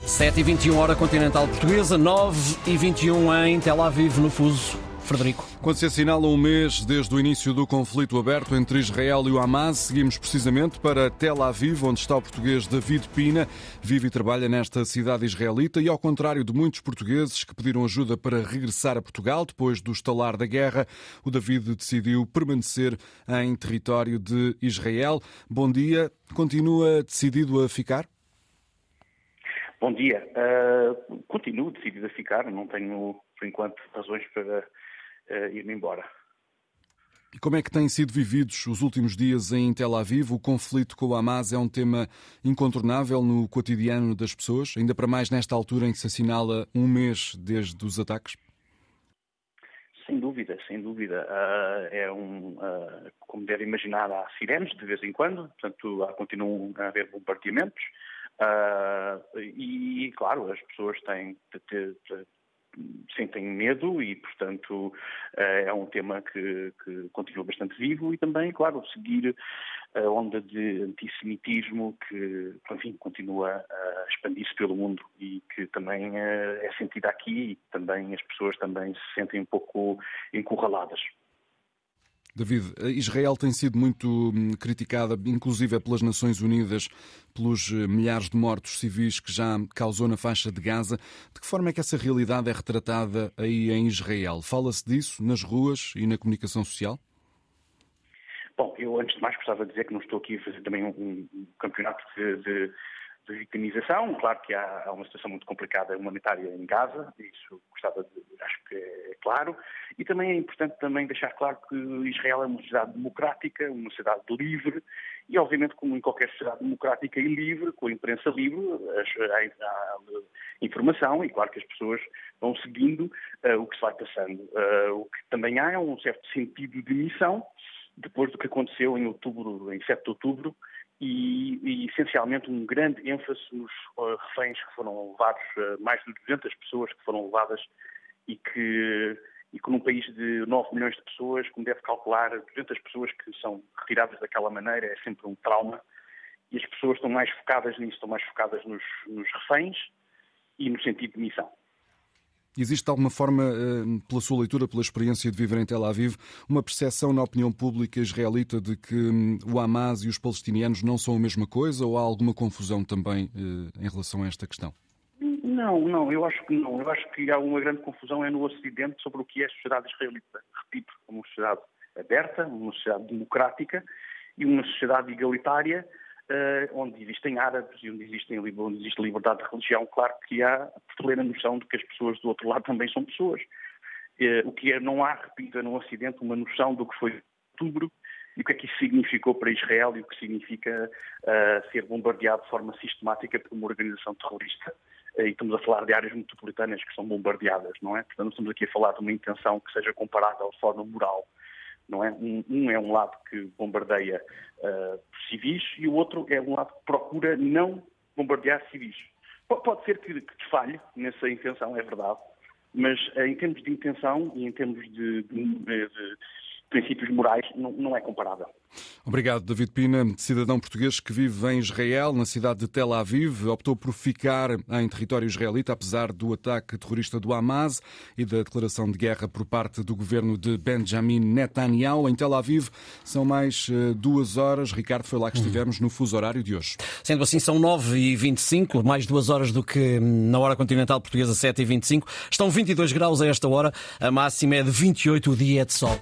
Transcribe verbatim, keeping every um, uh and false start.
sete e vinte e um, hora continental portuguesa, nove e vinte e um em Tel Aviv, no fuso. Frederico. Quando se assinala um mês desde o início do conflito aberto entre Israel e o Hamas, seguimos precisamente para Tel Aviv, onde está o português David Pina. Vive e trabalha nesta cidade israelita e, ao contrário de muitos portugueses que pediram ajuda para regressar a Portugal depois do estalar da guerra, o David decidiu permanecer em território de Israel. Bom dia. Continua decidido a ficar? Bom dia. Uh, continuo decidido a ficar. Não tenho, por enquanto, razões para uh, ir-me embora. E como é que têm sido vividos os últimos dias em Tel Aviv? O conflito com o Hamas é um tema incontornável no cotidiano das pessoas, ainda para mais nesta altura em que se assinala um mês desde os ataques? Sem dúvida, sem dúvida. Uh, é um, uh, como deve imaginar, há sirenes de vez em quando, portanto, há, continuam a haver bombardeamentos. Uh, e, claro, as pessoas têm, têm, têm, sentem medo e, portanto, uh, é um tema que, que continua bastante vivo e também, claro, seguir a onda de antissemitismo que, enfim, continua a expandir-se pelo mundo e que também uh, é sentida aqui e também as pessoas também se sentem um pouco encurraladas. David, Israel tem sido muito criticada, inclusive pelas Nações Unidas, pelos milhares de mortos civis que já causou na faixa de Gaza. De que forma é que essa realidade é retratada aí em Israel? Fala-se disso nas ruas e na comunicação social? Bom, eu antes de mais gostava de dizer que não estou aqui a fazer também um, um campeonato de, de, de vitimização. Claro que há, há uma situação muito complicada humanitária em Gaza, isso gostava de, acho que é claro. E também é importante também deixar claro que Israel é uma sociedade democrática, uma sociedade livre, e obviamente como em qualquer sociedade democrática e livre, com a imprensa livre, há, há informação e claro que as pessoas vão seguindo uh, o que se vai passando. Uh, o que também há é um certo sentido de missão, depois do que aconteceu em outubro, em sete de outubro, e, e essencialmente um grande ênfase nos uh, reféns que foram levados, uh, mais de duzentas pessoas que foram levadas e que, e que num país de nove milhões de pessoas, como deve calcular, duzentas pessoas que são retiradas daquela maneira é sempre um trauma e as pessoas estão mais focadas nisso, estão mais focadas nos, nos reféns e no sentido de missão. Existe de alguma forma, pela sua leitura, pela experiência de viver em Tel Aviv, uma percepção na opinião pública israelita de que o Hamas e os palestinianos não são a mesma coisa ou há alguma confusão também em relação a esta questão? Não, não, eu acho que não. Eu acho que há uma grande confusão é no Ocidente sobre o que é a sociedade israelita. Repito, uma sociedade aberta, uma sociedade democrática e uma sociedade egalitária, uh, onde existem árabes e onde, existem, onde existe liberdade de religião. Claro que há a plena noção de que as pessoas do outro lado também são pessoas. Uh, o que é, não há, repito, no Ocidente uma noção do que foi outubro e o que é que isso significou para Israel e o que significa uh, ser bombardeado de forma sistemática por uma organização terrorista. E estamos a falar de áreas metropolitanas que são bombardeadas, não é? Portanto, não estamos aqui a falar de uma intenção que seja comparável de forma moral, não é? Um, um é um lado que bombardeia uh, civis e o outro é um lado que procura não bombardear civis. P- pode ser que, que falhe nessa intenção, é verdade, mas uh, em termos de intenção e em termos de, de, de, de princípios morais, não, não é comparável. Obrigado, David Pina, cidadão português que vive em Israel, na cidade de Tel Aviv. Optou por ficar em território israelita, apesar do ataque terrorista do Hamas e da declaração de guerra por parte do governo de Benjamin Netanyahu. Em Tel Aviv são mais uh, duas horas. Ricardo, foi lá que estivemos no fuso horário de hoje. Sendo assim, são nove e vinte e cinco, mais duas horas do que na hora continental portuguesa, sete e vinte e cinco. Estão vinte e dois graus a esta hora, a máxima é de vinte e oito, o dia é de sol.